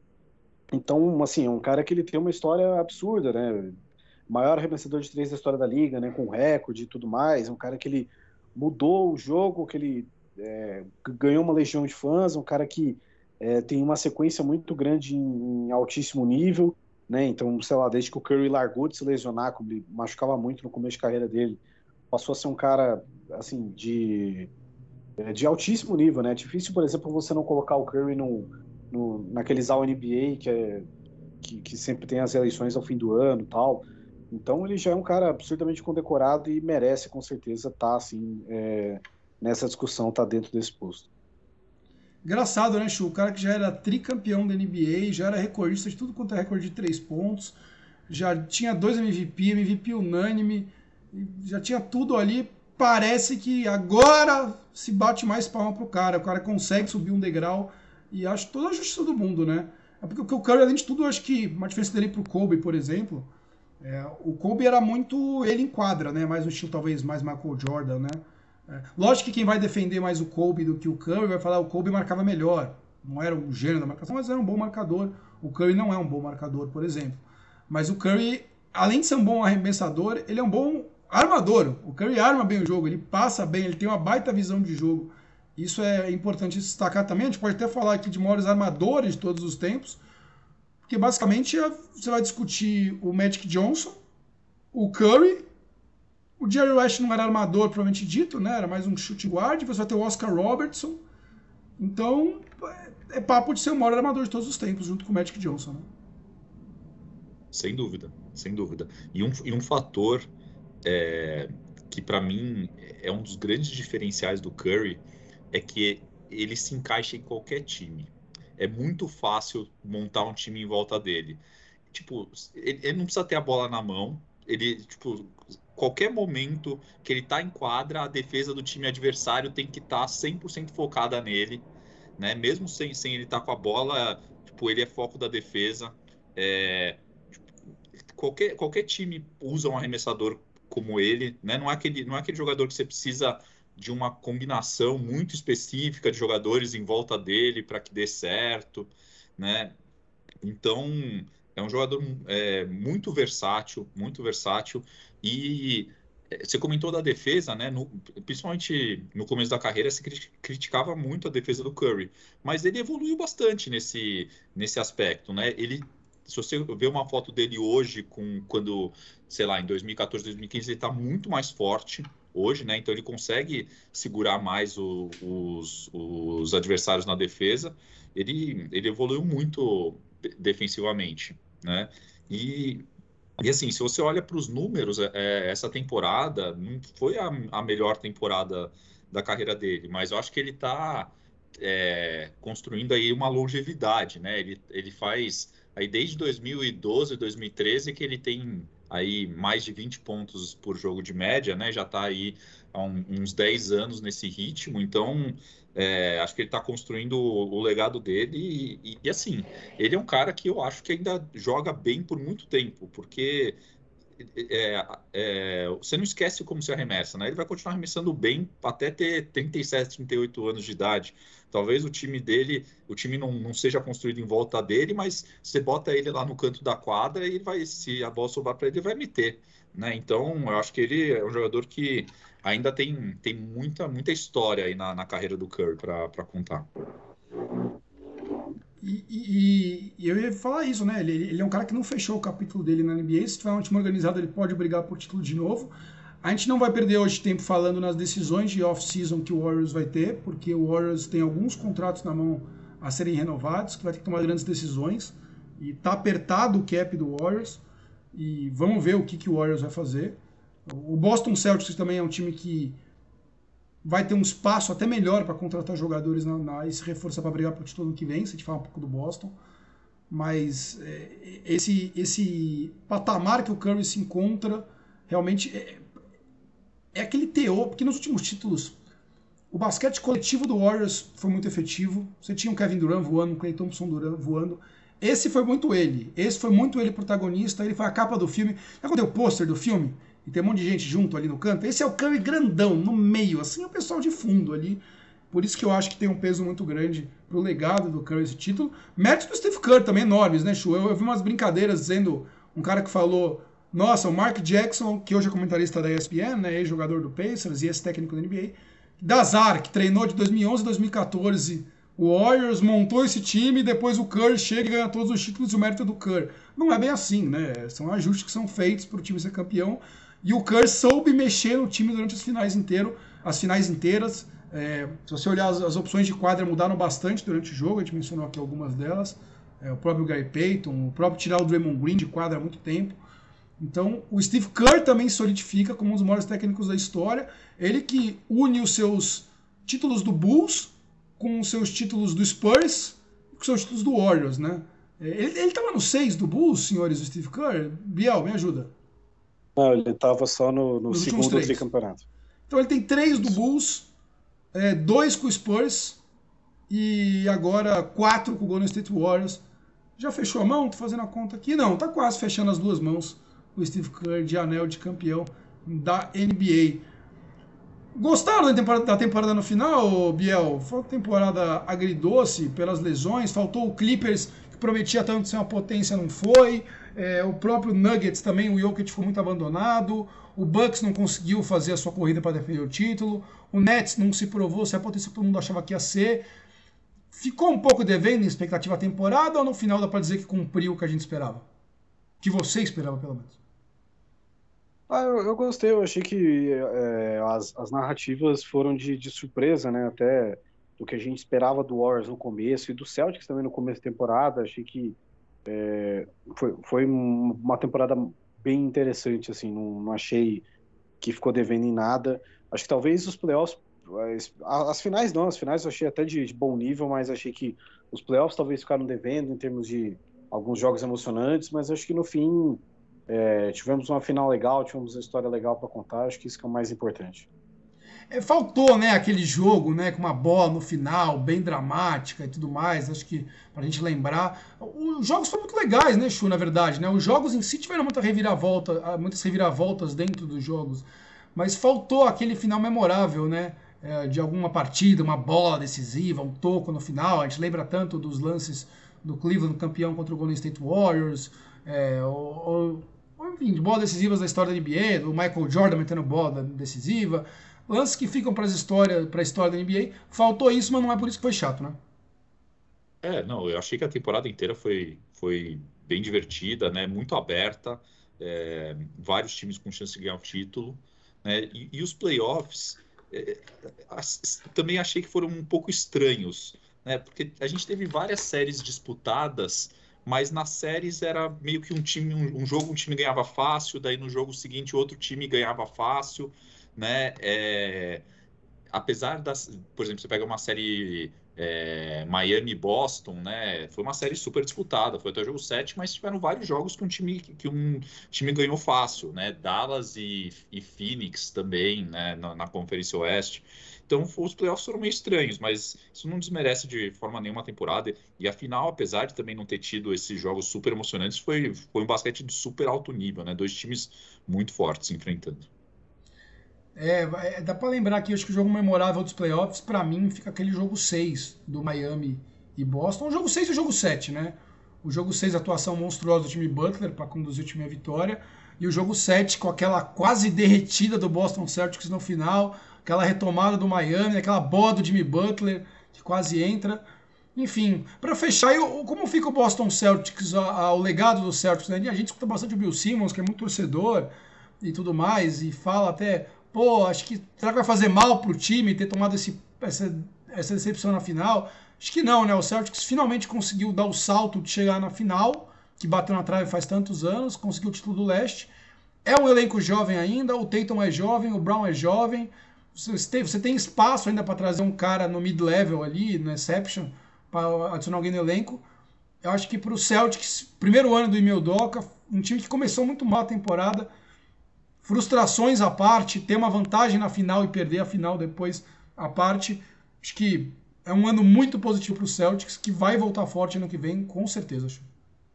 Speaker 4: Então, assim, é um cara que ele tem uma história absurda, né? Maior arremessador de três da história da liga, né? Com recorde e tudo mais. Um cara que ele mudou o jogo, que ele é, ganhou uma legião de fãs, um cara que é, tem uma sequência muito grande em, em altíssimo nível, né? Então, sei lá, desde que o Curry largou de se lesionar, como ele machucava muito no começo de carreira dele, passou a ser um cara, assim, de, de altíssimo nível, né? Difícil, por exemplo, você não colocar o Curry no, no, naqueles All N B A que, é, que, que sempre tem as eleições ao fim do ano e tal. Então, ele já é um cara absurdamente condecorado e merece, com certeza, estar, assim, é, nessa discussão, estar dentro desse posto.
Speaker 2: Engraçado, né, Chu? O cara que já era tricampeão da N B A, já era recordista de tudo quanto é recorde de três pontos, já tinha dois M V P, M V P unânime, já tinha tudo ali. Parece que agora se bate mais palma pro cara. O cara consegue subir um degrau e acho toda a justiça do mundo, né? É porque o Curry, além de tudo, eu acho que uma diferença dele pro Kobe, por exemplo, é, o Kobe era muito ele em quadra, né? Mais um estilo talvez mais Michael Jordan, né? É, lógico que quem vai defender mais o Kobe do que o Curry vai falar que o Kobe marcava melhor. Não era um gênio da marcação, mas era um bom marcador. O Curry não é um bom marcador, por exemplo. Mas o Curry, além de ser um bom arremessador, ele é um bom armador. O Curry arma bem o jogo, ele passa bem, ele tem uma baita visão de jogo. Isso é importante destacar também. A gente pode até falar aqui de maiores armadores de todos os tempos, porque basicamente você vai discutir o Magic Johnson, o Curry. O Jerry West não era armador, propriamente dito, né? Era mais um shooting guard. Você vai ter o Oscar Robertson. Então, é papo de ser o maior armador de todos os tempos, junto com o Magic Johnson, né?
Speaker 3: Sem dúvida, sem dúvida. E um, e um fator é, que, para mim, é um dos grandes diferenciais do Curry é que ele se encaixa em qualquer time. É muito fácil montar um time em volta dele. Tipo, ele, ele não precisa ter a bola na mão. Ele, tipo, qualquer momento que ele tá em quadra, a defesa do time adversário tem que estar tá cem por cento focada nele, né? Mesmo sem, sem ele estar tá com a bola, tipo, ele é foco da defesa. É, tipo, qualquer, qualquer time usa um arremessador como ele, né? Não é aquele, não é aquele jogador que você precisa de uma combinação muito específica de jogadores em volta dele para que dê certo, né? Então, é um jogador é, muito versátil, muito versátil. E você comentou da defesa, né? No, principalmente no começo da carreira, se criticava muito a defesa do Curry. Mas ele evoluiu bastante nesse, nesse aspecto, né? Ele, se você ver uma foto dele hoje, com quando, sei lá, em dois mil e quatorze, dois mil e quinze, ele está muito mais forte hoje, né? Então ele consegue segurar mais o, os, os adversários na defesa. Ele, ele evoluiu muito defensivamente, né? E, e assim, se você olha para os números, é, essa temporada não foi a, a melhor temporada da carreira dele, mas eu acho que ele está é, construindo aí uma longevidade, né? Ele, ele faz aí desde dois mil e doze, dois mil e treze que ele tem aí mais de vinte pontos por jogo de média, né? Já está aí há um, uns dez anos nesse ritmo, então é, acho que ele está construindo o, o legado dele e, e, e assim, ele é um cara que eu acho que ainda joga bem por muito tempo, porque É, é, você não esquece como se arremessa, né? Ele vai continuar arremessando bem até ter trinta e sete, trinta e oito anos de idade. Talvez o time dele, o time não, não seja construído em volta dele, mas você bota ele lá no canto da quadra e ele vai, se a bola sobrar para ele, ele vai meter, né? Então, eu acho que ele é um jogador que ainda tem, tem muita, muita história aí na, na carreira do Curry para contar.
Speaker 2: E, e, e eu ia falar isso, né? Ele, ele é um cara que não fechou o capítulo dele na N B A. Se tiver um time organizado, ele pode brigar por título de novo. A gente não vai perder hoje tempo falando nas decisões de off-season que o Warriors vai ter, porque o Warriors tem alguns contratos na mão a serem renovados, que vai ter que tomar grandes decisões. E tá apertado o cap do Warriors. E vamos ver o que, que o Warriors vai fazer. O Boston Celtics também é um time que vai ter um espaço até melhor para contratar jogadores na, na, e se reforçar para brigar para o título ano que vem, se a gente falar um pouco do Boston. Mas é, esse, esse patamar que o Curry se encontra realmente é, é aquele teor, porque nos últimos títulos o basquete coletivo do Warriors foi muito efetivo. Você tinha o Kevin Durant voando, o Klay Thompson voando. Esse foi muito ele. Esse foi muito ele protagonista. Ele foi a capa do filme. Já quando tem o pôster do filme e tem um monte de gente junto ali no canto, esse é o Curry grandão, no meio, assim, é o pessoal de fundo ali. Por isso que eu acho que tem um peso muito grande pro legado do Curry esse título. Méritos do Steve Kerr também enormes, né, Chu? Eu, eu vi umas brincadeiras dizendo, um cara que falou, nossa, o Mark Jackson, que hoje é comentarista da E S P N, né, ex-jogador do Pacers e ex-técnico da N B A, Dazar, que treinou de dois mil e onze a dois mil e quatorze o Warriors, montou esse time e depois o Curry chega e ganha todos os títulos e o mérito do Curry. Não é bem assim, né? São ajustes que são feitos para o time ser campeão. E o Curry soube mexer no time durante as finais, inteiro, as finais inteiras. É, se você olhar, as, as opções de quadra mudaram bastante durante o jogo, a gente mencionou aqui algumas delas. É, o próprio Gary Payton, o próprio tirar o Draymond Green de quadra há muito tempo. Então, o Steve Kerr também solidifica como um dos maiores técnicos da história. Ele que une os seus títulos do Bulls com os seus títulos do Spurs e com os seus títulos do Warriors, né? Ele estava no seis do Bulls, senhores, o Steve Kerr? Biel, me ajuda.
Speaker 4: Não, ele estava só no, no segundo tricampeonato.
Speaker 2: Então ele tem três do Bulls, é, dois com o Spurs e agora quatro com o Golden State Warriors. Já fechou a mão? Tô fazendo a conta aqui. Não, tá quase fechando as duas mãos o Steve Kerr de anel de campeão da N B A. Gostaram da temporada, da temporada no final, Biel? Foi uma temporada agridoce pelas lesões, faltou o Clippers, que prometia tanto ser uma potência, não foi. É, o próprio Nuggets também, o Jokic foi muito abandonado. O Bucks não conseguiu fazer a sua corrida para defender o título. O Nets não se provou se a potência que todo mundo achava que ia ser. Ficou um pouco devendo em expectativa a temporada ou no final dá para dizer que cumpriu o que a gente esperava? Que você esperava, pelo menos.
Speaker 4: Ah, eu, eu gostei, eu achei que é, as, as narrativas foram de, de surpresa, né? Até do que a gente esperava do Warriors no começo e do Celtics também no começo da temporada. Achei que é, foi, foi uma temporada bem interessante, assim, não, não achei que ficou devendo em nada. Acho que talvez os playoffs, as, as finais não, as finais eu achei até de, de bom nível, mas achei que os playoffs talvez ficaram devendo em termos de alguns jogos emocionantes, mas acho que no fim é, tivemos uma final legal, tivemos uma história legal para contar, acho que isso que é o mais importante.
Speaker 2: É, faltou, né, aquele jogo, né, com uma bola no final, bem dramática e tudo mais, acho que pra gente lembrar. Os jogos foram muito legais, né, Chu, na verdade, né? Os jogos em si tiveram muita reviravolta, muitas reviravoltas dentro dos jogos, mas faltou aquele final memorável, né, é, de alguma partida, uma bola decisiva, um toco no final. A gente lembra tanto dos lances do Cleveland campeão contra o Golden State Warriors, é, ou, ou, enfim, de bolas decisivas da história da N B A, do Michael Jordan metendo bola decisiva. Lances que ficam para a história, para a história da N B A. Faltou isso, mas não é por isso que foi chato, né?
Speaker 3: É, não, eu achei que a temporada inteira foi, foi bem divertida, né? Muito aberta, é, vários times com chance de ganhar o título, né? E, e os playoffs é, as, também achei que foram um pouco estranhos, né? Porque a gente teve várias séries disputadas, mas nas séries era meio que um time, um, um jogo um time ganhava fácil, daí no jogo seguinte outro time ganhava fácil, né? É, apesar das, por exemplo, você pega uma série é, Miami e Boston, né? Foi uma série super disputada, foi até o jogo sete, mas tiveram vários jogos que um time, que um time ganhou fácil, né? Dallas e, e Phoenix também, né? Na, na Conferência Oeste. Então, os playoffs foram meio estranhos, mas isso não desmerece de forma nenhuma a temporada. E a final, apesar de também não ter tido esses jogos super emocionantes, foi, foi um basquete de super alto nível, né? Dois times muito fortes se enfrentando.
Speaker 2: É, dá pra lembrar que acho que o jogo memorável dos playoffs, pra mim, fica aquele jogo seis do Miami e Boston. O jogo seis e o jogo sete, né? O jogo seis, a atuação monstruosa do time Butler pra conduzir o time à vitória. E o jogo sete, com aquela quase derretida do Boston Celtics no final, aquela retomada do Miami, aquela bola do Jimmy Butler, que quase entra. Enfim, pra fechar, eu, como fica o Boston Celtics, a, a, o legado do Celtics, né? A gente escuta bastante o Bill Simmons, que é muito torcedor e tudo mais, e fala até... Pô, acho que será que vai fazer mal pro time ter tomado esse, essa, essa decepção na final? Acho que não, né? O Celtics finalmente conseguiu dar o salto de chegar na final, que bateu na trave faz tantos anos, conseguiu o título do leste. É um elenco jovem ainda, o Tatum é jovem, o Brown é jovem. Você tem, você tem espaço ainda para trazer um cara no mid-level ali, no exception, para adicionar alguém no elenco. Eu acho que pro Celtics, primeiro ano do Ime Udoka, um time que começou muito mal a temporada, frustrações à parte, ter uma vantagem na final e perder a final depois à parte, acho que é um ano muito positivo para o Celtics, que vai voltar forte ano que vem, com certeza. Acho.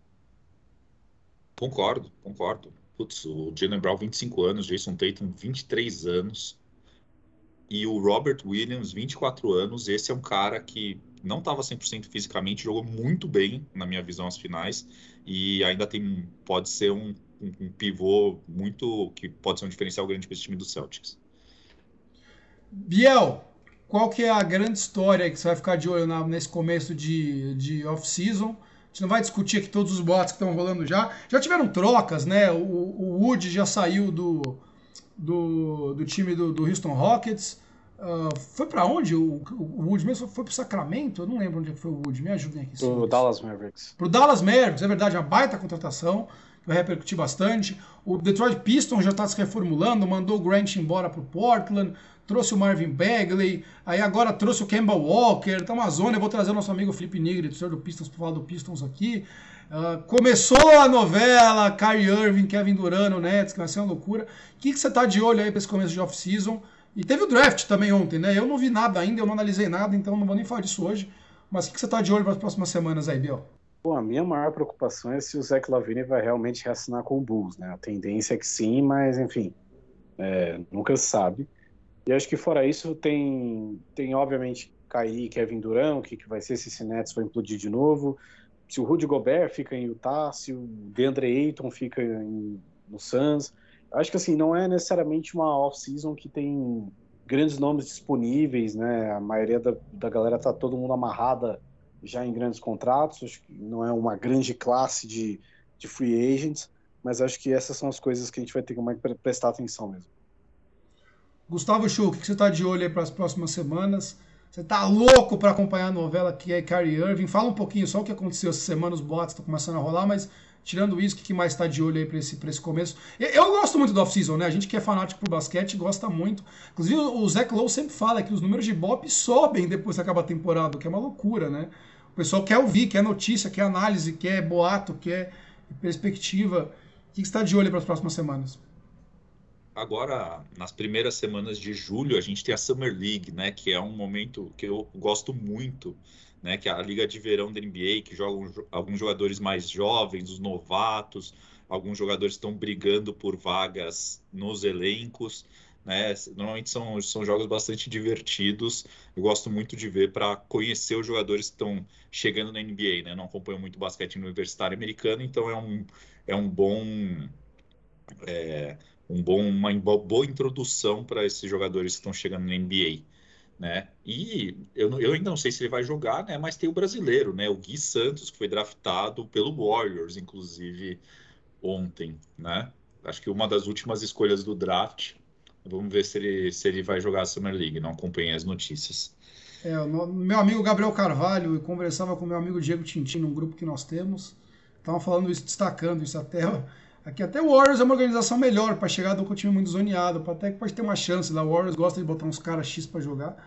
Speaker 3: Concordo, concordo. Putz, o Jaylen Brown, vinte e cinco anos, Jason Tatum, vinte e três anos, e o Robert Williams, vinte e quatro anos. Esse é um cara que não estava cem por cento fisicamente, jogou muito bem, na minha visão, as finais, e ainda tem, pode ser um Um, um pivô muito que pode ser um diferencial grande para esse time do Celtics.
Speaker 2: Biel, qual que é a grande história que você vai ficar de olho na, nesse começo de, de off-season? A gente não vai discutir aqui todos os boatos que estão rolando já. Já tiveram trocas, né? O, o Wood já saiu do, do, do time do, do Houston Rockets. Uh, foi para onde o, o Wood mesmo? Foi para o Sacramento? Eu não lembro onde foi o Wood. Me ajudem aqui.
Speaker 4: Pro Dallas Mavericks.
Speaker 2: Pro Dallas Mavericks, é verdade, uma baita contratação. Vai repercutir bastante. O Detroit Pistons já está se reformulando, mandou o Grant embora para o Portland, trouxe o Marvin Bagley, aí agora trouxe o Kemba Walker, tá uma zona. Eu vou trazer o nosso amigo Felipe Nigri, torcedor do Pistons, para falar do Pistons aqui. Uh, começou a novela, Kyrie Irving, Kevin Durant, o Nets, que vai ser uma loucura. O que, que você tá de olho aí para esse começo de off-season? E teve o draft também ontem, né? Eu não vi nada ainda, eu não analisei nada, então não vou nem falar disso hoje. Mas o que, que você tá de olho para as próximas semanas aí, Biel?
Speaker 4: Bom, a minha maior preocupação é se o Zach LaVine vai realmente reassinar com o Bulls, né? A tendência é que sim, mas enfim, é, nunca se sabe. E acho que fora isso tem, tem obviamente, Kyrie e Kevin Durant, o que, que vai ser se esse Nets vai implodir de novo, se o Rudy Gobert fica em Utah, se o DeAndre Ayton fica em, no Suns. Acho que assim, não é necessariamente uma off-season que tem grandes nomes disponíveis, né? A maioria da, da galera tá todo mundo amarrada já em grandes contratos, acho que não é uma grande classe de, de free agents, mas acho que essas são as coisas que a gente vai ter que mais prestar atenção mesmo.
Speaker 2: Gustavo Chu, o que você está de olho aí para as próximas semanas? Você tá louco para acompanhar a novela que é Kyrie Irving? Fala um pouquinho só o que aconteceu essa semana, os boatos estão começando a rolar, mas tirando isso, o que mais está de olho aí para esse, esse começo? Eu, eu gosto muito do off-season, né? A gente que é fanático por basquete gosta muito. Inclusive, o Zach Lowe sempre fala que os números de Ibope sobem depois que acaba a temporada, o que é uma loucura, né? O pessoal quer ouvir, quer notícia, quer análise, quer boato, quer perspectiva. O que você está de olho para as próximas semanas?
Speaker 3: Agora, nas primeiras semanas de julho, a gente tem a Summer League, né? Que é um momento que eu gosto muito, né? Que é a liga de verão da N B A, que jogam alguns jogadores mais jovens, os novatos, alguns jogadores estão brigando por vagas nos elencos, né? Normalmente são, são jogos bastante divertidos. Eu gosto muito de ver para conhecer os jogadores que estão chegando na N B A, né? Eu não acompanho muito basquete universitário americano, então é um, é um bom... É, um bom, uma boa introdução para esses jogadores que estão chegando na N B A, né? E eu, eu ainda não sei se ele vai jogar, né? Mas tem o brasileiro, né? O Gui Santos, que foi draftado pelo Warriors, inclusive, ontem, né? Acho que uma das últimas escolhas do draft. Vamos ver se ele, se ele vai jogar a Summer League, não acompanhei as notícias.
Speaker 2: É, o meu amigo Gabriel Carvalho, eu conversava com meu amigo Diego Tintin, num grupo que nós temos, estavam falando isso, destacando isso até... Aqui até o Warriors é uma organização melhor para chegar do que o time muito zoneado, para até que pode ter uma chance lá. O Warriors gosta de botar uns caras X para jogar.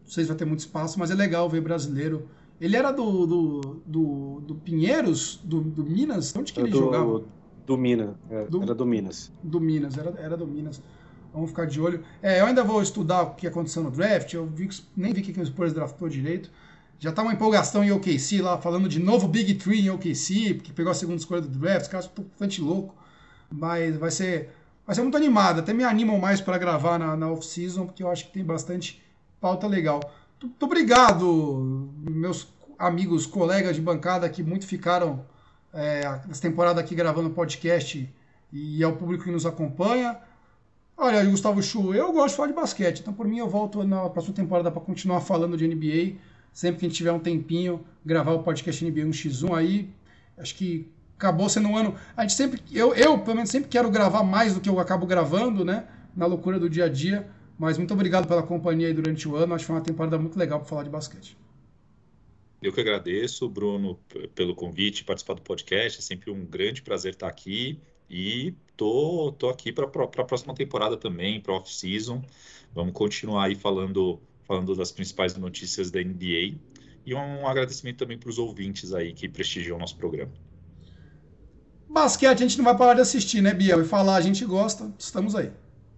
Speaker 2: não sei se vai ter muito espaço, mas é legal ver brasileiro. Ele era do, do, do, do Pinheiros, do, do Minas? Onde que ele
Speaker 4: do,
Speaker 2: jogava?
Speaker 4: Do Minas, é,
Speaker 2: do,
Speaker 4: era do Minas.
Speaker 2: Do Minas, era, era do Minas. Vamos ficar de olho. É, eu ainda vou estudar o que aconteceu no draft, eu vi, nem vi o que o Spurs draftou direito. Já tá uma empolgação em O K C lá, falando de novo Big Three em O K C, porque pegou a segunda escolha do draft, os caras estão bastante louco. Mas vai ser, vai ser muito animado, até me animam mais para gravar na, na off-season, porque eu acho que tem bastante pauta legal. Muito obrigado, meus amigos, colegas de bancada que muito ficaram é, essa temporada aqui gravando podcast e ao público que nos acompanha. Olha, Gustavo Chu, eu gosto de falar de basquete, então por mim eu volto na próxima temporada para continuar falando de N B A. Sempre que a gente tiver um tempinho, gravar o podcast N B A um por um aí, acho que acabou sendo um ano... A gente sempre, eu, eu, pelo menos, sempre quero gravar mais do que eu acabo gravando, né? Na loucura do dia a dia. Mas muito obrigado pela companhia aí durante o ano. Acho que foi uma temporada muito legal para falar de basquete.
Speaker 3: Eu que agradeço, Bruno, pelo convite, participar do podcast. É sempre um grande prazer estar aqui. E tô, tô aqui para a próxima temporada também, para off-season. Vamos continuar aí falando... falando das principais notícias da N B A, e um agradecimento também para os ouvintes aí que prestigiam o nosso programa.
Speaker 2: Basquete a gente não vai parar de assistir, né, Biel? E falar a gente gosta, estamos aí.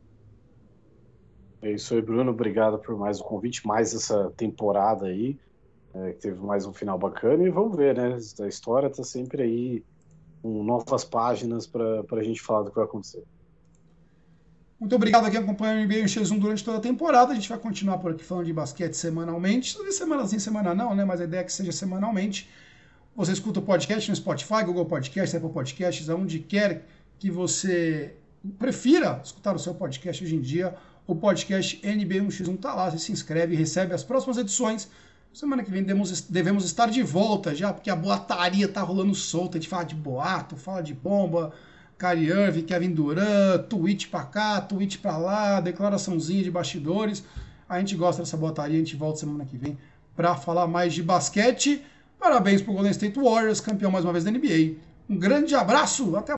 Speaker 4: É isso aí, Bruno, obrigado por mais um convite, mais essa temporada aí, é, que teve mais um final bacana, e vamos ver, né, a história tá sempre aí com novas páginas para a gente falar do que vai acontecer.
Speaker 2: Muito obrigado a quem acompanha o N B A um por um durante toda a temporada. A gente vai continuar por aqui falando de basquete semanalmente. Talvez semana sim, semana não, né? Mas a ideia é que seja semanalmente. Você escuta o podcast no Spotify, Google Podcasts, Apple Podcasts, aonde quer que você prefira escutar o seu podcast hoje em dia. O podcast N B A um por um está lá, você se inscreve e recebe as próximas edições. Semana que vem devemos, devemos estar de volta já, porque a boataria tá rolando solta. A gente fala de boato, fala de bomba... Kyrie Irving, Kevin Durant, tweet pra cá, tweet pra lá, declaraçãozinha de bastidores. A gente gosta dessa botaria, a gente volta semana que vem pra falar mais de basquete. Parabéns pro Golden State Warriors, campeão mais uma vez da N B A. Um grande abraço, até a